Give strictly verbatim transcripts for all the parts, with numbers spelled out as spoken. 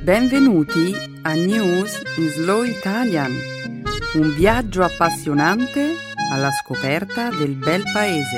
Benvenuti a News in Slow Italian, un viaggio appassionante alla scoperta del bel paese.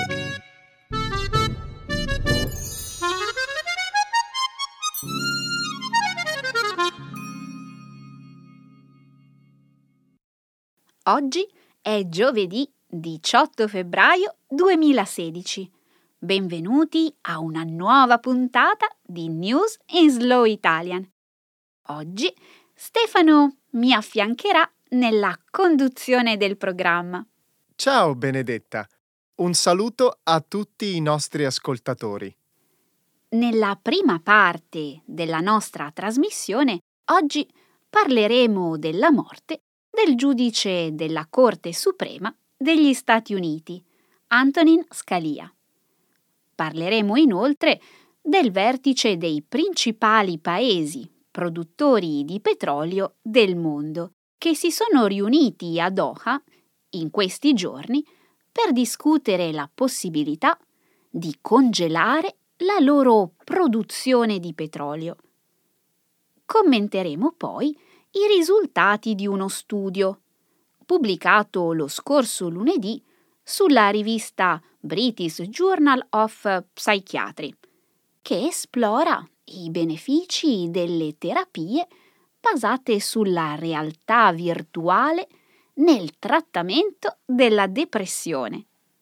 Oggi è giovedì diciotto febbraio duemilasedici. Benvenuti a una nuova puntata di News in Slow Italian. Oggi Stefano mi affiancherà nella conduzione del programma. Ciao Benedetta, un saluto a tutti i nostri ascoltatori. Nella prima parte della nostra trasmissione, oggi parleremo della morte del giudice della Corte Suprema degli Stati Uniti, Antonin Scalia. Parleremo inoltre del vertice dei principali paesi produttori di petrolio del mondo, che si sono riuniti a Doha in questi giorni per discutere la possibilità di congelare la loro produzione di petrolio. Commenteremo poi i risultati di uno studio pubblicato lo scorso lunedì sulla rivista British Journal of Psychiatry, che esplora i benefici delle terapie basate sulla realtà virtuale nel trattamento della depressione.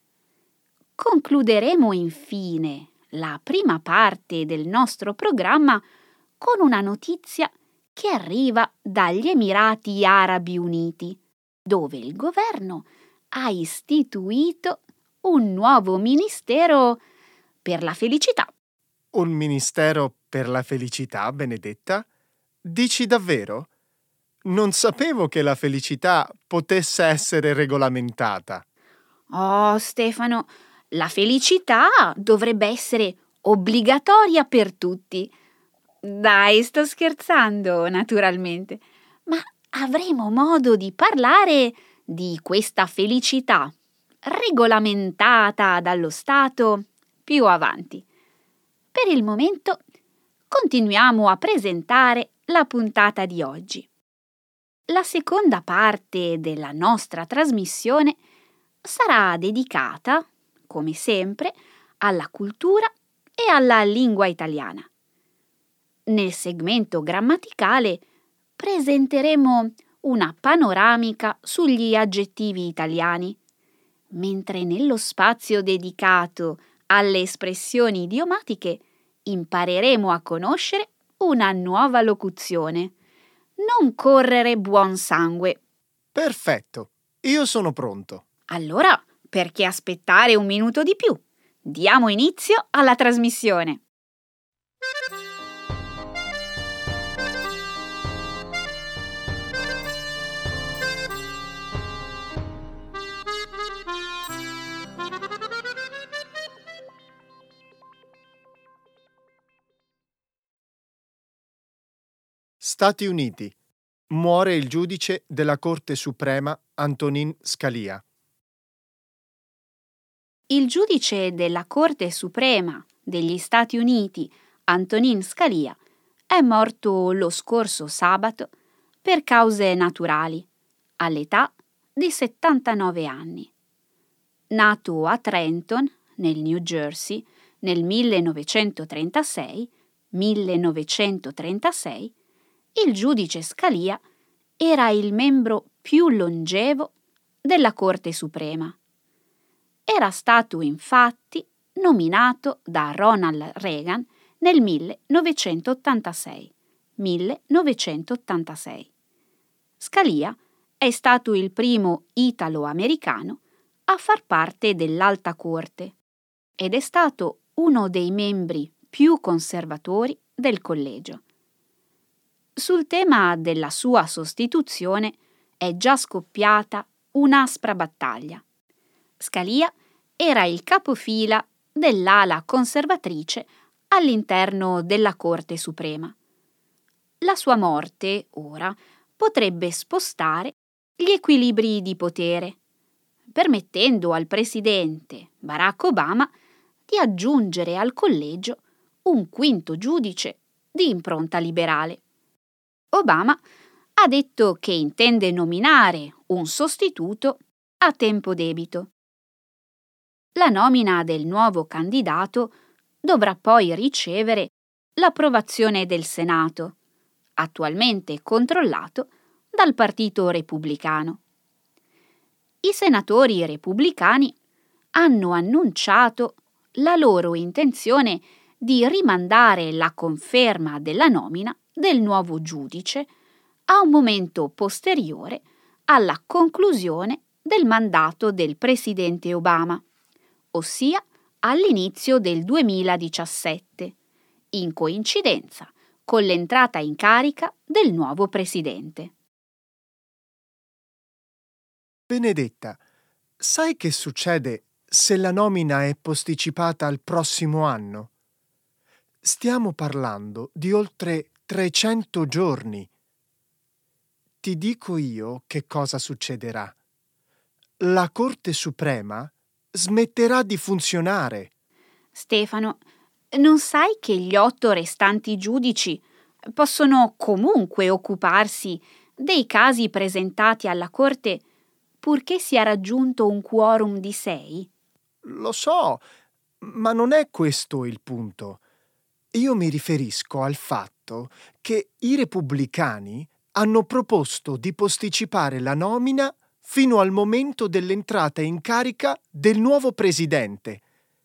Concluderemo infine la prima parte del nostro programma con una notizia che arriva dagli Emirati Arabi Uniti, dove il governo ha istituito un nuovo ministero per la felicità. Un ministero per la felicità, Benedetta? Dici davvero? Non sapevo che la felicità potesse essere regolamentata. Oh, Stefano, la felicità dovrebbe essere obbligatoria per tutti. Dai, sto scherzando, naturalmente, ma avremo modo di parlare di questa felicità regolamentata dallo Stato più avanti. Per il momento continuiamo a presentare la puntata di oggi. La seconda parte della nostra trasmissione sarà dedicata, come sempre, alla cultura e alla lingua italiana. Nel segmento grammaticale presenteremo una panoramica sugli aggettivi italiani, mentre nello spazio dedicato alle espressioni idiomatiche impareremo a conoscere una nuova locuzione. Non correre buon sangue. Perfetto, io sono pronto. Allora, perché aspettare un minuto di più? Diamo inizio alla trasmissione. Stati Uniti. Muore il giudice della Corte Suprema Antonin Scalia. Il giudice della Corte Suprema degli Stati Uniti, Antonin Scalia, è morto lo scorso sabato per cause naturali, all'età di settantanove anni. Nato a Trenton, nel New Jersey, nel millenovecentotrentasei, millenovecentotrentasei, il giudice Scalia era il membro più longevo della Corte Suprema. Era stato infatti nominato da Ronald Reagan nel millenovecentottantasei. millenovecentottantasei. Scalia è stato il primo italo-americano a far parte dell'Alta Corte ed è stato uno dei membri più conservatori del collegio. Sul tema della sua sostituzione è già scoppiata un'aspra battaglia. Scalia era il capofila dell'ala conservatrice all'interno della Corte Suprema. La sua morte, ora, potrebbe spostare gli equilibri di potere, permettendo al presidente Barack Obama di aggiungere al collegio un quinto giudice di impronta liberale. Obama ha detto che intende nominare un sostituto a tempo debito. La nomina del nuovo candidato dovrà poi ricevere l'approvazione del Senato, attualmente controllato dal Partito Repubblicano. I senatori repubblicani hanno annunciato la loro intenzione di rimandare la conferma della nomina del nuovo giudice a un momento posteriore alla conclusione del mandato del presidente Obama, ossia all'inizio del duemiladiciassette, in coincidenza con l'entrata in carica del nuovo presidente. Benedetta, sai che succede se la nomina è posticipata al prossimo anno? Stiamo parlando di oltre trecento giorni. Ti dico io che cosa succederà. La Corte Suprema smetterà di funzionare. Stefano, non sai che gli otto restanti giudici possono comunque occuparsi dei casi presentati alla Corte purché sia raggiunto un quorum di sei? Lo so, ma non è questo il punto. Io mi riferisco al fatto che i repubblicani hanno proposto di posticipare la nomina fino al momento dell'entrata in carica del nuovo presidente.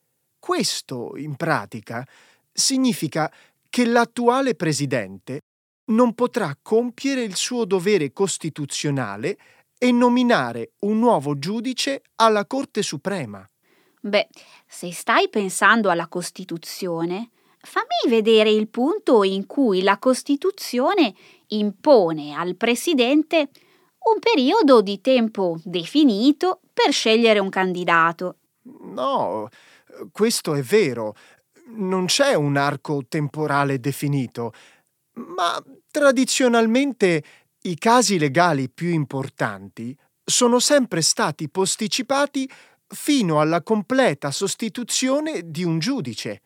Questo, in pratica, significa che l'attuale presidente non potrà compiere il suo dovere costituzionale e nominare un nuovo giudice alla Corte Suprema. Beh, se stai pensando alla Costituzione, fammi vedere il punto in cui la Costituzione impone al Presidente un periodo di tempo definito per scegliere un candidato. No, questo è vero. Non c'è un arco temporale definito, ma tradizionalmente i casi legali più importanti sono sempre stati posticipati fino alla completa sostituzione di un giudice.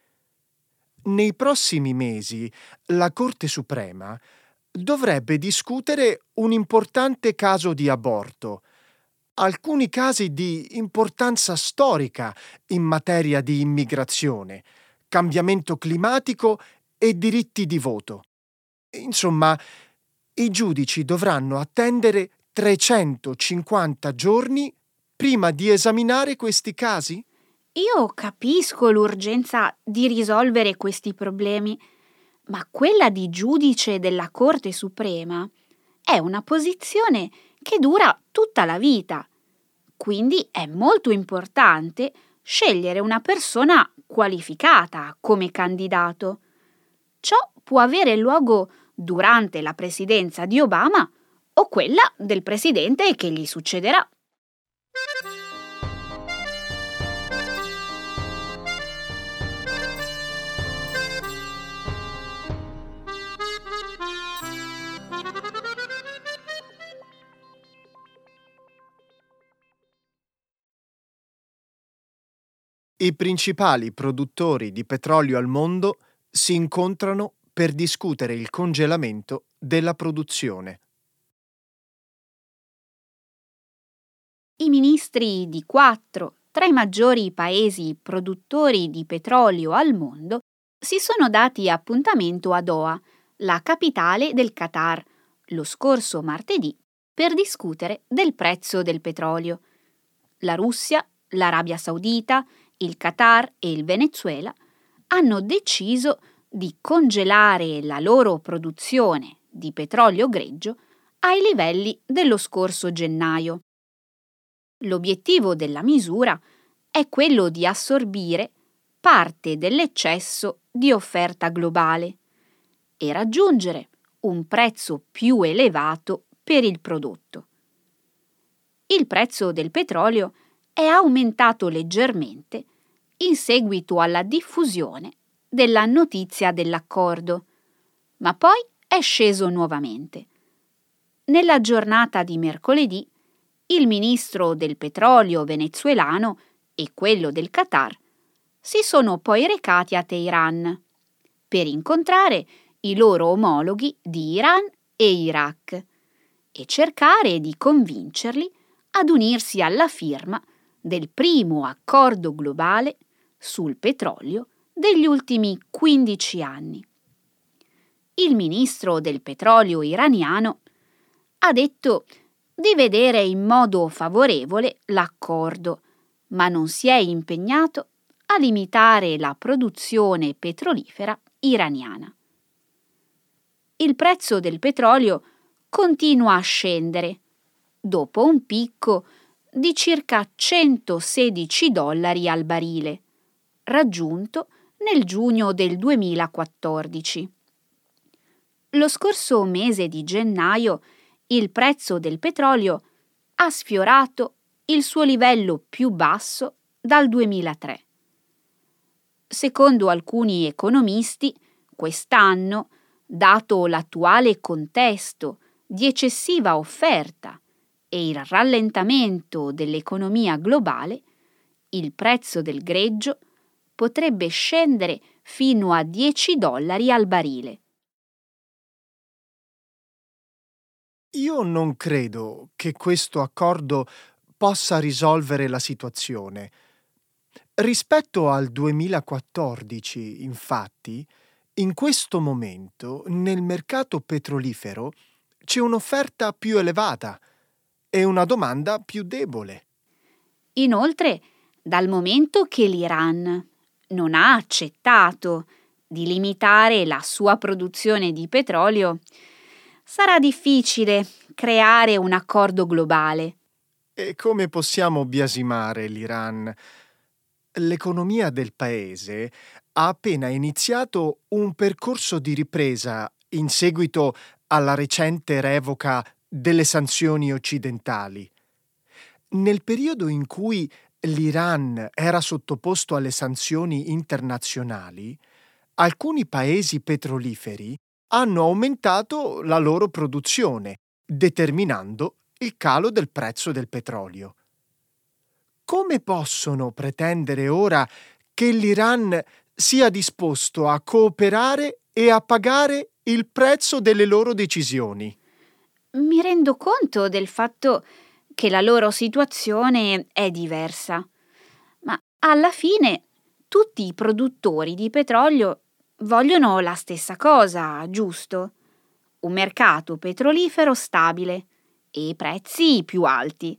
Nei prossimi mesi la Corte Suprema dovrebbe discutere un importante caso di aborto, alcuni casi di importanza storica in materia di immigrazione, cambiamento climatico e diritti di voto. Insomma, i giudici dovranno attendere trecentocinquanta giorni prima di esaminare questi casi? Io capisco l'urgenza di risolvere questi problemi, ma quella di giudice della Corte Suprema è una posizione che dura tutta la vita. Quindi è molto importante scegliere una persona qualificata come candidato. Ciò può avere luogo durante la presidenza di Obama o quella del presidente che gli succederà. I principali produttori di petrolio al mondo si incontrano per discutere il congelamento della produzione. I ministri di quattro tra i maggiori paesi produttori di petrolio al mondo si sono dati appuntamento a Doha, la capitale del Qatar, lo scorso martedì per discutere del prezzo del petrolio. La Russia, l'Arabia Saudita, il Qatar e il Venezuela hanno deciso di congelare la loro produzione di petrolio greggio ai livelli dello scorso gennaio. L'obiettivo della misura è quello di assorbire parte dell'eccesso di offerta globale e raggiungere un prezzo più elevato per il prodotto. Il prezzo del petrolio è aumentato leggermente in seguito alla diffusione della notizia dell'accordo, ma poi è sceso nuovamente. Nella giornata di mercoledì, il ministro del petrolio venezuelano e quello del Qatar si sono poi recati a Teheran per incontrare i loro omologhi di Iran e Iraq e cercare di convincerli ad unirsi alla firma del primo accordo globale sul petrolio degli ultimi quindici anni. Il ministro del petrolio iraniano ha detto di vedere in modo favorevole l'accordo, ma non si è impegnato a limitare la produzione petrolifera iraniana. Il prezzo del petrolio continua a scendere, dopo un picco di circa centosedici dollari al barile, raggiunto nel giugno del duemilaquattordici. Lo scorso mese di gennaio il prezzo del petrolio ha sfiorato il suo livello più basso dal duemilatré. Secondo alcuni economisti, quest'anno, dato l'attuale contesto di eccessiva offerta e il rallentamento dell'economia globale, il prezzo del greggio potrebbe scendere fino a dieci dollari al barile. Io non credo che questo accordo possa risolvere la situazione. Rispetto al duemilaquattordici, infatti, in questo momento nel mercato petrolifero c'è un'offerta più elevata e una domanda più debole. Inoltre, dal momento che l'Iran non ha accettato di limitare la sua produzione di petrolio, sarà difficile creare un accordo globale. E come possiamo biasimare l'Iran? L'economia del paese ha appena iniziato un percorso di ripresa in seguito alla recente revoca delle sanzioni occidentali. Nel periodo in cui l'Iran era sottoposto alle sanzioni internazionali, alcuni paesi petroliferi hanno aumentato la loro produzione, determinando il calo del prezzo del petrolio. Come possono pretendere ora che l'Iran sia disposto a cooperare e a pagare il prezzo delle loro decisioni? Mi rendo conto del fatto che la loro situazione è diversa, ma alla fine tutti i produttori di petrolio vogliono la stessa cosa, giusto? Un mercato petrolifero stabile e prezzi più alti.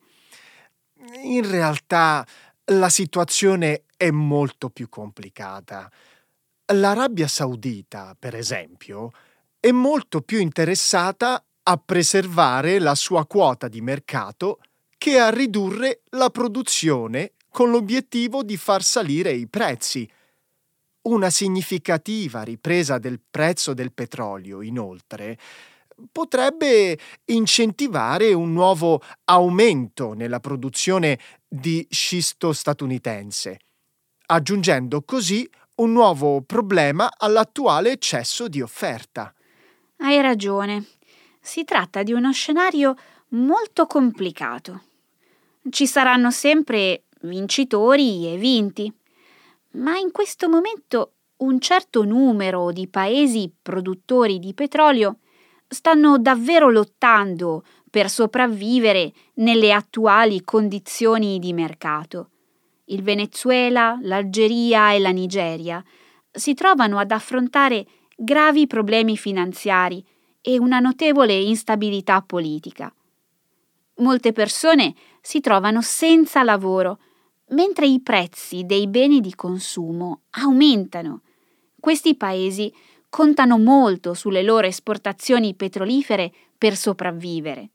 In realtà la situazione è molto più complicata. L'Arabia Saudita, per esempio, è molto più interessata a preservare la sua quota di mercato che a ridurre la produzione con l'obiettivo di far salire i prezzi. Una significativa ripresa del prezzo del petrolio, inoltre, potrebbe incentivare un nuovo aumento nella produzione di scisto statunitense, aggiungendo così un nuovo problema all'attuale eccesso di offerta. Hai ragione. Si tratta di uno scenario molto complicato. Ci saranno sempre vincitori e vinti, ma in questo momento un certo numero di paesi produttori di petrolio stanno davvero lottando per sopravvivere nelle attuali condizioni di mercato. Il Venezuela, l'Algeria e la Nigeria si trovano ad affrontare gravi problemi finanziari e una notevole instabilità politica. Molte persone si trovano senza lavoro, mentre i prezzi dei beni di consumo aumentano. Questi paesi contano molto sulle loro esportazioni petrolifere per sopravvivere.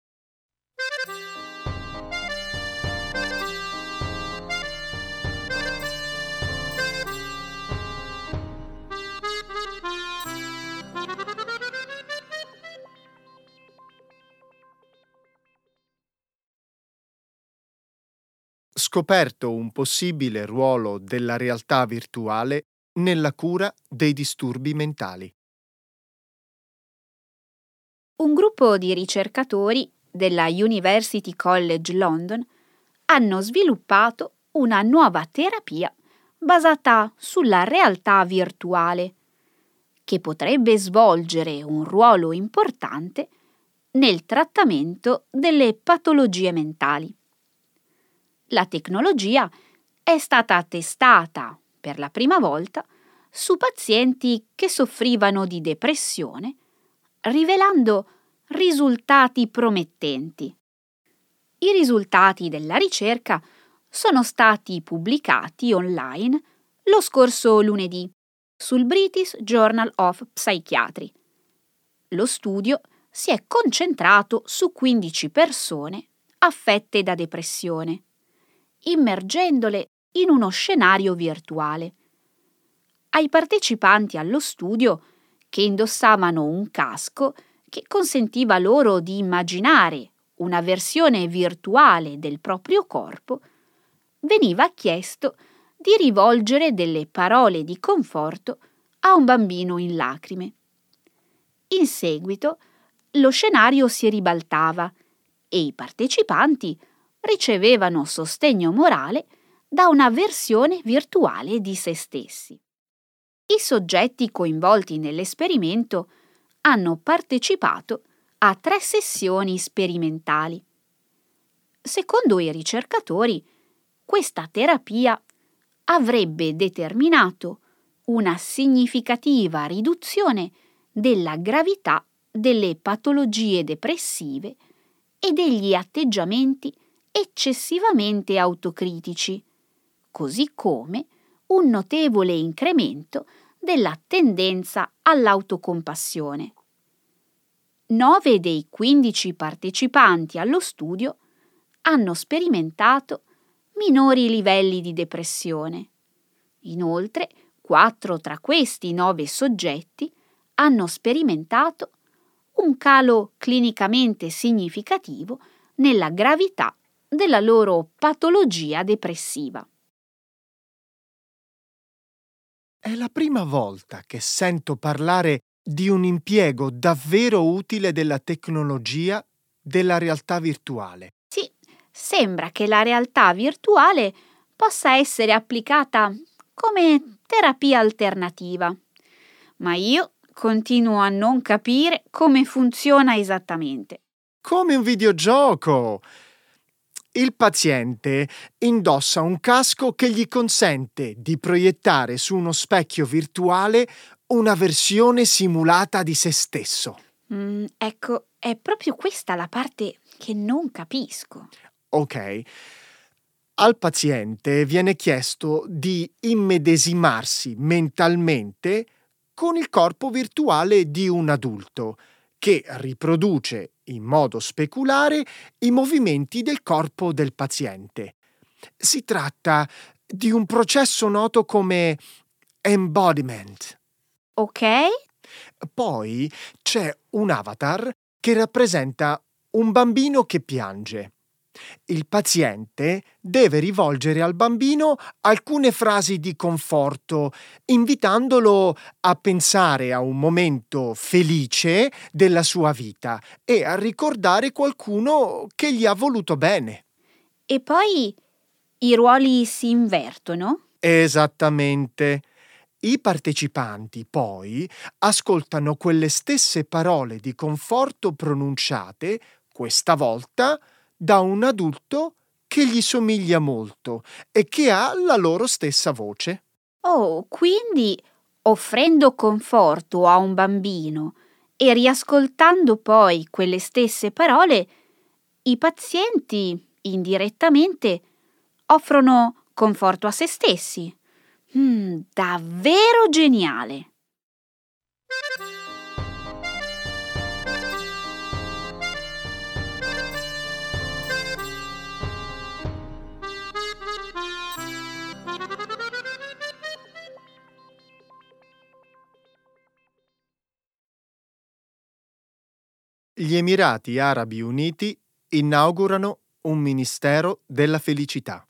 Scoperto un possibile ruolo della realtà virtuale nella cura dei disturbi mentali. Un gruppo di ricercatori della University College London hanno sviluppato una nuova terapia basata sulla realtà virtuale che potrebbe svolgere un ruolo importante nel trattamento delle patologie mentali. La tecnologia è stata testata per la prima volta su pazienti che soffrivano di depressione, rivelando risultati promettenti. I risultati della ricerca sono stati pubblicati online lo scorso lunedì sul British Journal of Psychiatry. Lo studio si è concentrato su quindici persone affette da depressione, immergendole in uno scenario virtuale. Ai partecipanti allo studio, che indossavano un casco che consentiva loro di immaginare una versione virtuale del proprio corpo, veniva chiesto di rivolgere delle parole di conforto a un bambino in lacrime. In seguito, lo scenario si ribaltava e i partecipanti ricevevano sostegno morale da una versione virtuale di se stessi. I soggetti coinvolti nell'esperimento hanno partecipato a tre sessioni sperimentali. Secondo i ricercatori, questa terapia avrebbe determinato una significativa riduzione della gravità delle patologie depressive e degli atteggiamenti eccessivamente autocritici, così come un notevole incremento della tendenza all'autocompassione. Nove dei quindici partecipanti allo studio hanno sperimentato minori livelli di depressione. Inoltre, quattro tra questi nove soggetti hanno sperimentato un calo clinicamente significativo nella gravità della loro patologia depressiva. È la prima volta che sento parlare di un impiego davvero utile della tecnologia della realtà virtuale. Sì, sembra che la realtà virtuale possa essere applicata come terapia alternativa, ma io continuo a non capire come funziona esattamente. Come un videogioco! Il paziente indossa un casco che gli consente di proiettare su uno specchio virtuale una versione simulata di se stesso. Mm, ecco, è proprio questa la parte che non capisco. Ok. Al paziente viene chiesto di immedesimarsi mentalmente con il corpo virtuale di un adulto che riproduce in modo speculare i movimenti del corpo del paziente. Si tratta di un processo noto come embodiment. Ok? Poi c'è un avatar che rappresenta un bambino che piange. Il paziente deve rivolgere al bambino alcune frasi di conforto, invitandolo a pensare a un momento felice della sua vita e a ricordare qualcuno che gli ha voluto bene. E poi i ruoli si invertono? Esattamente. I partecipanti poi ascoltano quelle stesse parole di conforto pronunciate, questa volta, da un adulto che gli somiglia molto e che ha la loro stessa voce. Oh, quindi offrendo conforto a un bambino e riascoltando poi quelle stesse parole, i pazienti, indirettamente, offrono conforto a se stessi. Mm, davvero geniale! Gli Emirati Arabi Uniti inaugurano un Ministero della Felicità.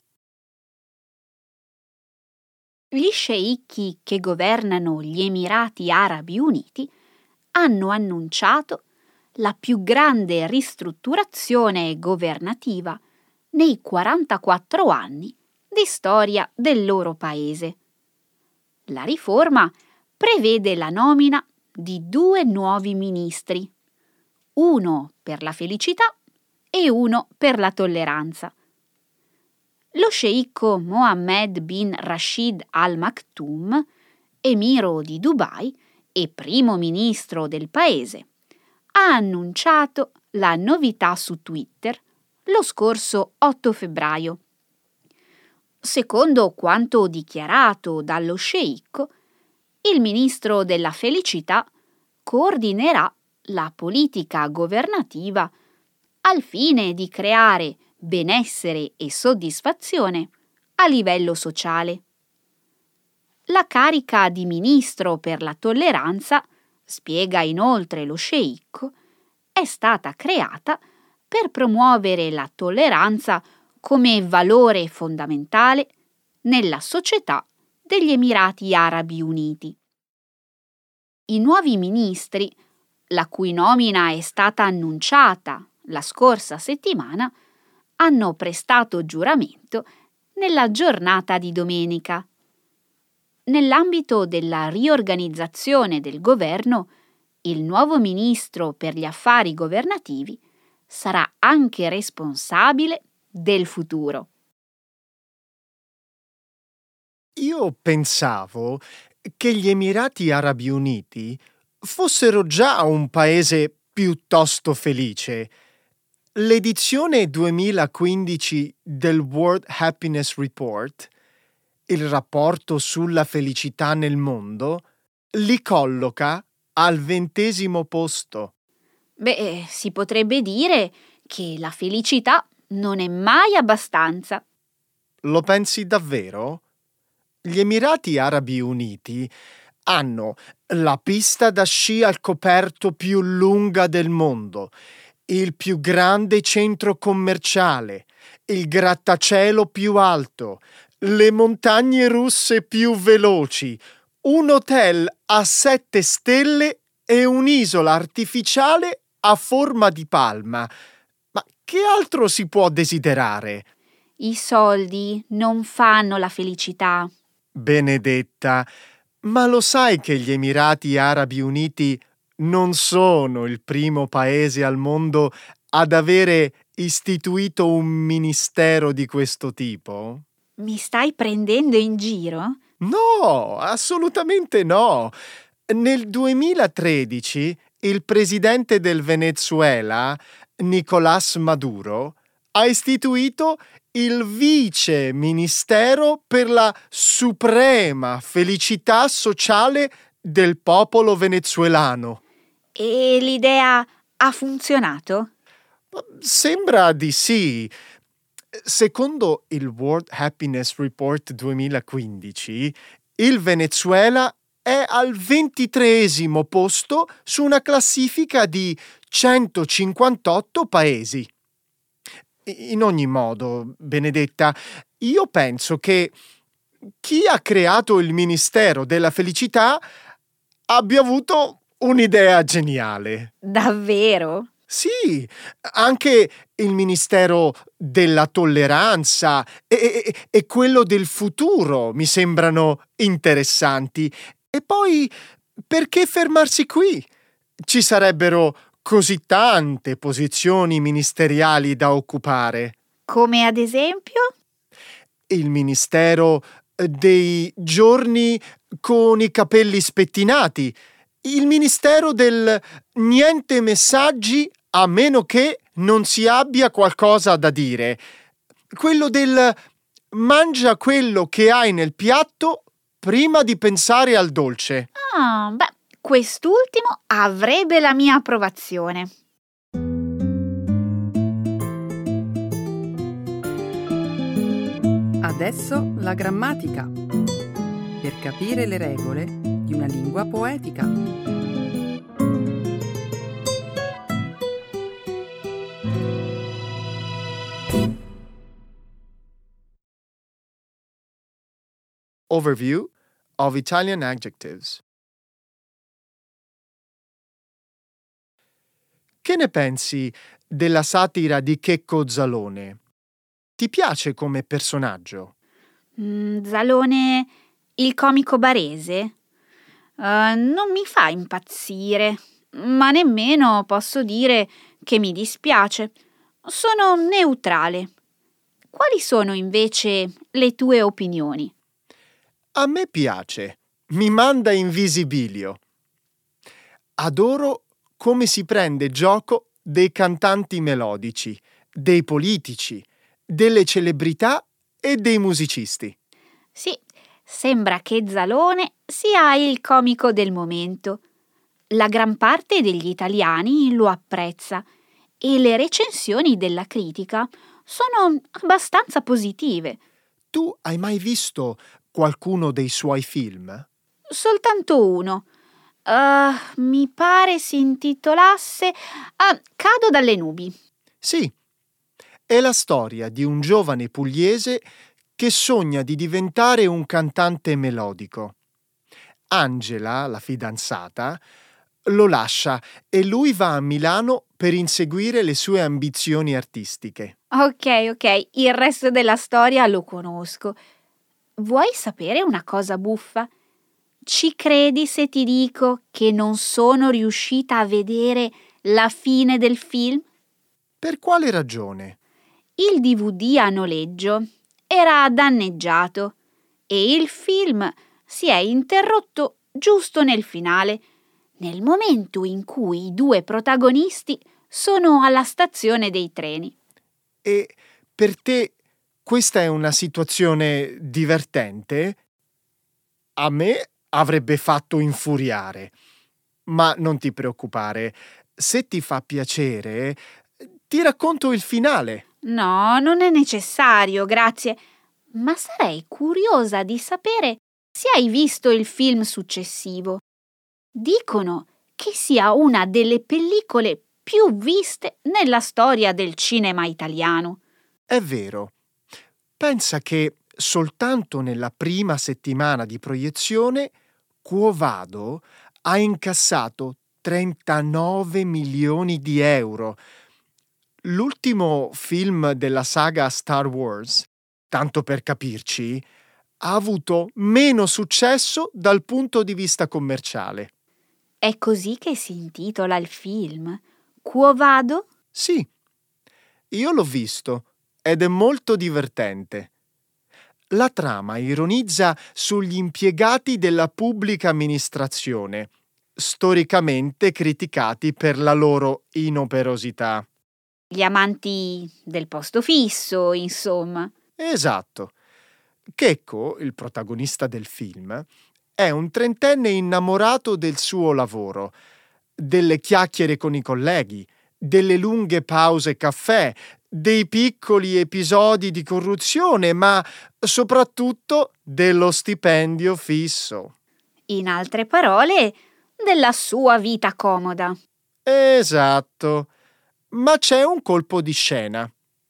Gli sceicchi che governano gli Emirati Arabi Uniti hanno annunciato la più grande ristrutturazione governativa nei quarantaquattro anni di storia del loro paese. La riforma prevede la nomina di due nuovi ministri, uno per la felicità e uno per la tolleranza. Lo sceicco Mohammed bin Rashid Al Maktoum, emiro di Dubai e primo ministro del paese, ha annunciato la novità su Twitter lo scorso otto febbraio. Secondo quanto dichiarato dallo sceicco, il ministro della felicità coordinerà la politica governativa al fine di creare benessere e soddisfazione a livello sociale. La carica di ministro per la tolleranza, spiega inoltre lo sceicco, è stata creata per promuovere la tolleranza come valore fondamentale nella società degli Emirati Arabi Uniti. I nuovi ministri, la cui nomina è stata annunciata la scorsa settimana, hanno prestato giuramento nella giornata di domenica. Nell'ambito della riorganizzazione del governo, il nuovo ministro per gli affari governativi sarà anche responsabile del futuro. Io pensavo che gli Emirati Arabi Uniti fossero già un paese piuttosto felice. L'edizione duemilaquindici del World Happiness Report, il rapporto sulla felicità nel mondo, li colloca al ventesimo posto. Beh, si potrebbe dire che la felicità non è mai abbastanza. Lo pensi davvero? Gli Emirati Arabi Uniti hanno la pista da sci al coperto più lunga del mondo, il più grande centro commerciale, il grattacielo più alto, le montagne russe più veloci, un hotel a sette stelle e un'isola artificiale a forma di palma. Ma che altro si può desiderare? I soldi non fanno la felicità. Benedetta, ma lo sai che gli Emirati Arabi Uniti non sono il primo paese al mondo ad avere istituito un ministero di questo tipo? Mi stai prendendo in giro? No, assolutamente no. Nel duemilatredici il presidente del Venezuela, Nicolás Maduro, ha istituito il vice ministero per la suprema felicità sociale del popolo venezuelano. E l'idea ha funzionato? Sembra di sì. Secondo il World Happiness Report duemilaquindici, il Venezuela è al ventitreesimo posto su una classifica di centocinquantotto paesi. In ogni modo, Benedetta, io penso che chi ha creato il Ministero della Felicità abbia avuto un'idea geniale. Davvero? Sì, anche il Ministero della Tolleranza e, e, e quello del futuro mi sembrano interessanti. E poi, perché fermarsi qui? Ci sarebbero così tante posizioni ministeriali da occupare. Come ad esempio? Il Ministero dei giorni con i capelli spettinati, il Ministero del niente messaggi a meno che non si abbia qualcosa da dire, quello del mangia quello che hai nel piatto prima di pensare al dolce. Ah, beh, quest'ultimo avrebbe la mia approvazione. Adesso la grammatica, per capire le regole di una lingua poetica. Overview of Italian adjectives. Che ne pensi della satira di Checco Zalone? Ti piace come personaggio? Mm, Zalone, il comico barese? Uh, non mi fa impazzire, ma nemmeno posso dire che mi dispiace. Sono neutrale. Quali sono invece le tue opinioni? A me piace, mi manda in visibilio. Adoro come si prende gioco dei cantanti melodici, dei politici, delle celebrità e dei musicisti. Sì, sembra che Zalone sia il comico del momento. La gran parte degli italiani lo apprezza e le recensioni della critica sono abbastanza positive. Tu hai mai visto qualcuno dei suoi film? Soltanto uno. Uh, mi pare si intitolasse uh, Cado dalle nubi. Sì, è la storia di un giovane pugliese che sogna di diventare un cantante melodico. Angela, la fidanzata, lo lascia e lui va a Milano per inseguire le sue ambizioni artistiche. Ok, ok, il resto della storia lo conosco. Vuoi sapere una cosa buffa? Ci credi se ti dico che non sono riuscita a vedere la fine del film? Per quale ragione? Il D V D a noleggio era danneggiato e il film si è interrotto giusto nel finale, nel momento in cui i due protagonisti sono alla stazione dei treni. E per te questa è una situazione divertente? A me avrebbe fatto infuriare. Ma non ti preoccupare, se ti fa piacere, ti racconto il finale. No, non è necessario, grazie. Ma sarei curiosa di sapere se hai visto il film successivo. Dicono che sia una delle pellicole più viste nella storia del cinema italiano. È vero. Pensa che soltanto nella prima settimana di proiezione Quo Vado ha incassato trentanove milioni di euro. L'ultimo film della saga Star Wars, tanto per capirci, ha avuto meno successo dal punto di vista commerciale. È così che si intitola il film? Quo Vado? Sì, io l'ho visto ed è molto divertente. La trama ironizza sugli impiegati della pubblica amministrazione, storicamente criticati per la loro inoperosità. Gli amanti del posto fisso, insomma. Esatto. Checco, il protagonista del film, è un trentenne innamorato del suo lavoro, delle chiacchiere con i colleghi, delle lunghe pause caffè, dei piccoli episodi di corruzione, ma soprattutto dello stipendio fisso. In altre parole, della sua vita comoda. Esatto. Ma c'è un colpo di scena.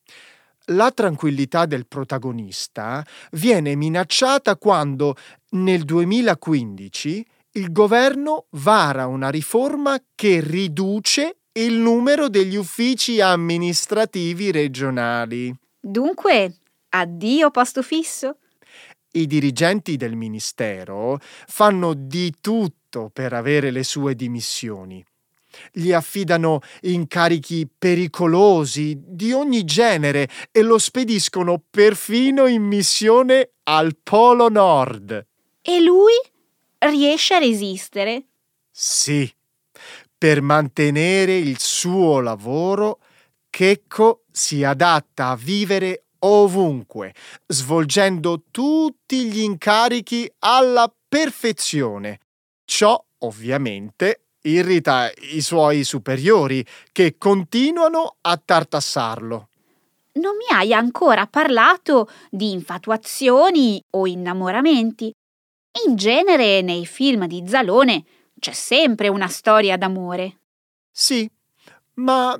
La tranquillità del protagonista viene minacciata quando, nel duemilaquindici, il governo vara una riforma che riduce il numero degli uffici amministrativi regionali. Dunque, addio posto fisso? I dirigenti del ministero fanno di tutto per avere le sue dimissioni. Gli affidano incarichi pericolosi di ogni genere e lo spediscono perfino in missione al Polo Nord. E lui riesce a resistere? Sì, per mantenere il suo lavoro, Checco si adatta a vivere ovunque, svolgendo tutti gli incarichi alla perfezione. Ciò, ovviamente, irrita i suoi superiori, che continuano a tartassarlo. Non mi hai ancora parlato di infatuazioni o innamoramenti. In genere, nei film di Zalone c'è sempre una storia d'amore. Sì, ma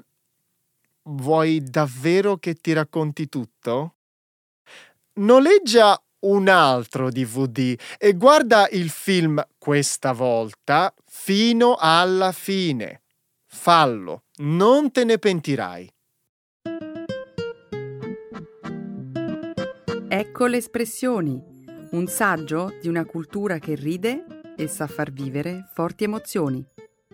vuoi davvero che ti racconti tutto? Noleggia un altro D V D e guarda il film questa volta fino alla fine. Fallo, non te ne pentirai. Ecco le espressioni, un saggio di una cultura che ride e sa far vivere forti emozioni.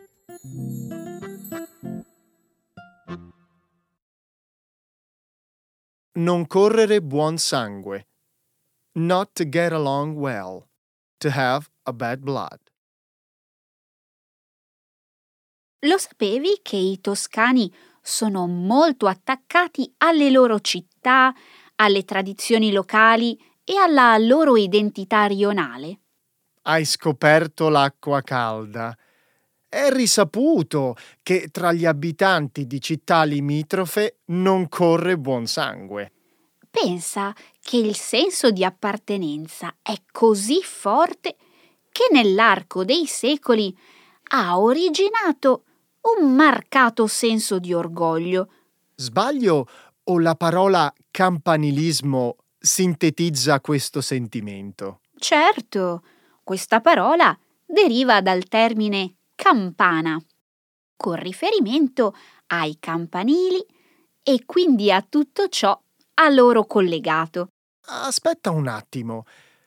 Non correre buon sangue. Not to get along well. To have a bad blood. Lo sapevi che i toscani sono molto attaccati alle loro città, alle tradizioni locali e alla loro identità rionale? Hai scoperto l'acqua calda. È risaputo che tra gli abitanti di città limitrofe non corre buon sangue. Pensa che il senso di appartenenza è così forte che nell'arco dei secoli ha originato un marcato senso di orgoglio. Sbaglio o la parola campanilismo sintetizza questo sentimento? Certo, questa parola deriva dal termine campana, con riferimento ai campanili e quindi a tutto ciò a loro collegato. Aspetta un attimo.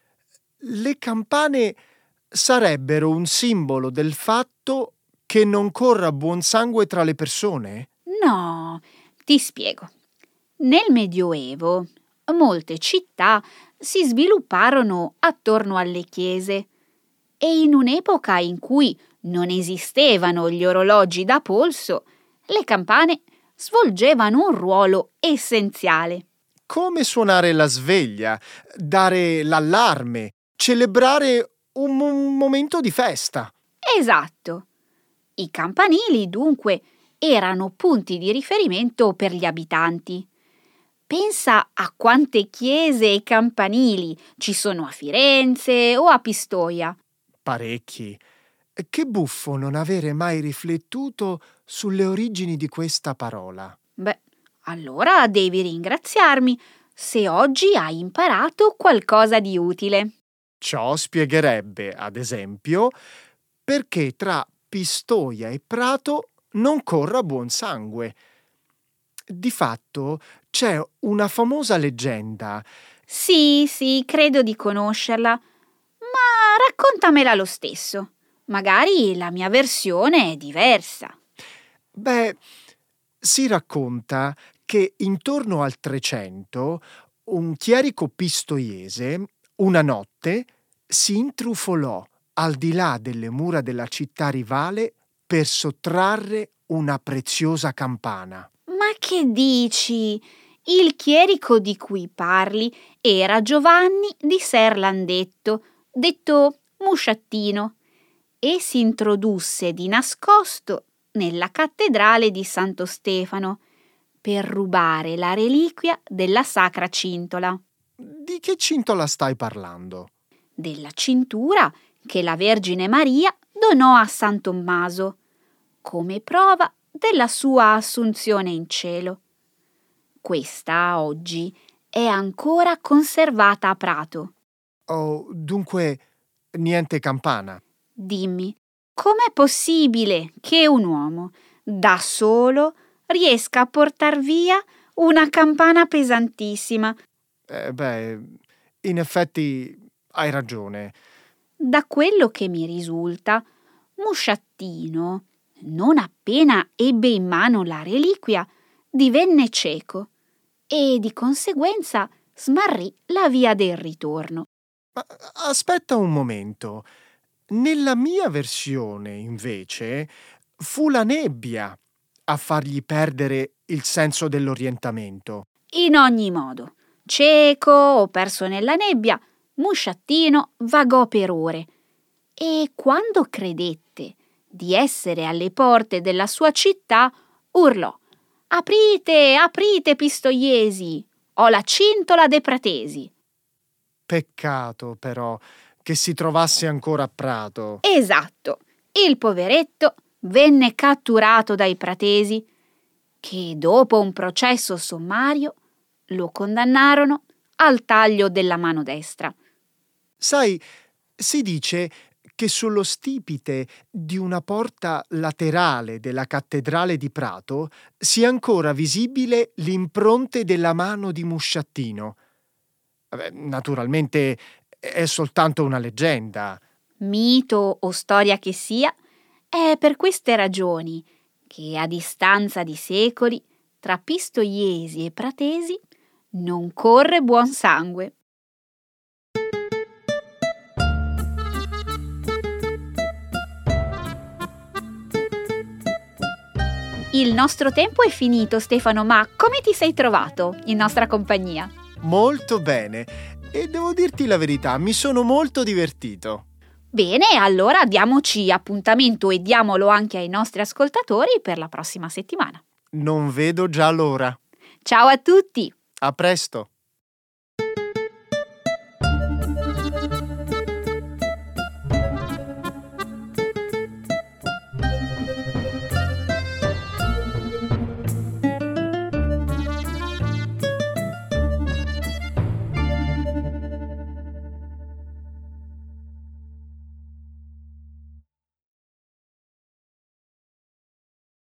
Le campane sarebbero un simbolo del fatto che non corra buon sangue tra le persone? No, ti spiego. Nel Medioevo molte città si svilupparono attorno alle chiese e in un'epoca in cui non esistevano gli orologi da polso, le campane svolgevano un ruolo essenziale. Come suonare la sveglia, dare l'allarme, celebrare un, un momento di festa. Esatto. I campanili, dunque, erano punti di riferimento per gli abitanti. Pensa a quante chiese e campanili ci sono a Firenze o a Pistoia. Parecchi. Che buffo non avere mai riflettuto sulle origini di questa parola. Beh, allora devi ringraziarmi se oggi hai imparato qualcosa di utile. Ciò spiegherebbe, ad esempio, perché tra Pistoia e Prato non corra buon sangue. Di fatto c'è una famosa leggenda. Sì, sì, credo di conoscerla, ma raccontamela lo stesso. Magari la mia versione è diversa. Beh, si racconta che intorno al trecento un chierico pistoiese una notte si intrufolò al di là delle mura della città rivale per sottrarre una preziosa campana. Ma che dici? Il chierico di cui parli era Giovanni di Serlandetto, detto Musciattino, e si introdusse di nascosto nella cattedrale di Santo Stefano per rubare la reliquia della Sacra Cintola. Di che cintola stai parlando? Della cintura che la Vergine Maria donò a San Tommaso, come prova della sua assunzione in cielo. Questa oggi è ancora conservata a Prato. Oh, dunque niente campana. Dimmi, com'è possibile che un uomo, da solo, riesca a portar via una campana pesantissima? Eh, beh, in effetti hai ragione. Da quello che mi risulta, Musciattino, non appena ebbe in mano la reliquia, divenne cieco e di conseguenza smarrì la via del ritorno. Ma aspetta un momento. Nella mia versione, invece, fu la nebbia a fargli perdere il senso dell'orientamento. In ogni modo, cieco o perso nella nebbia, Musciattino vagò per ore e quando credette di essere alle porte della sua città, urlò: «Aprite, aprite, pistoiesi! Ho la cintola de Pratesi!» Peccato, però, che si trovasse ancora a Prato. Esatto, il poveretto venne catturato dai pratesi, che dopo un processo sommario lo condannarono al taglio della mano destra. Sai, si dice che sullo stipite di una porta laterale della cattedrale di Prato sia ancora visibile l'impronte della mano di Musciattino. Vabbè, naturalmente è soltanto una leggenda. Mito o storia che sia, è per queste ragioni che a distanza di secoli tra pistoiesi e pratesi non corre buon sangue. Il nostro tempo è finito, Stefano, ma come ti sei trovato in nostra compagnia? Molto bene, e devo dirti la verità, mi sono molto divertito. Bene, allora diamoci appuntamento e diamolo anche ai nostri ascoltatori per la prossima settimana. Non vedo già l'ora. Ciao a tutti! A presto!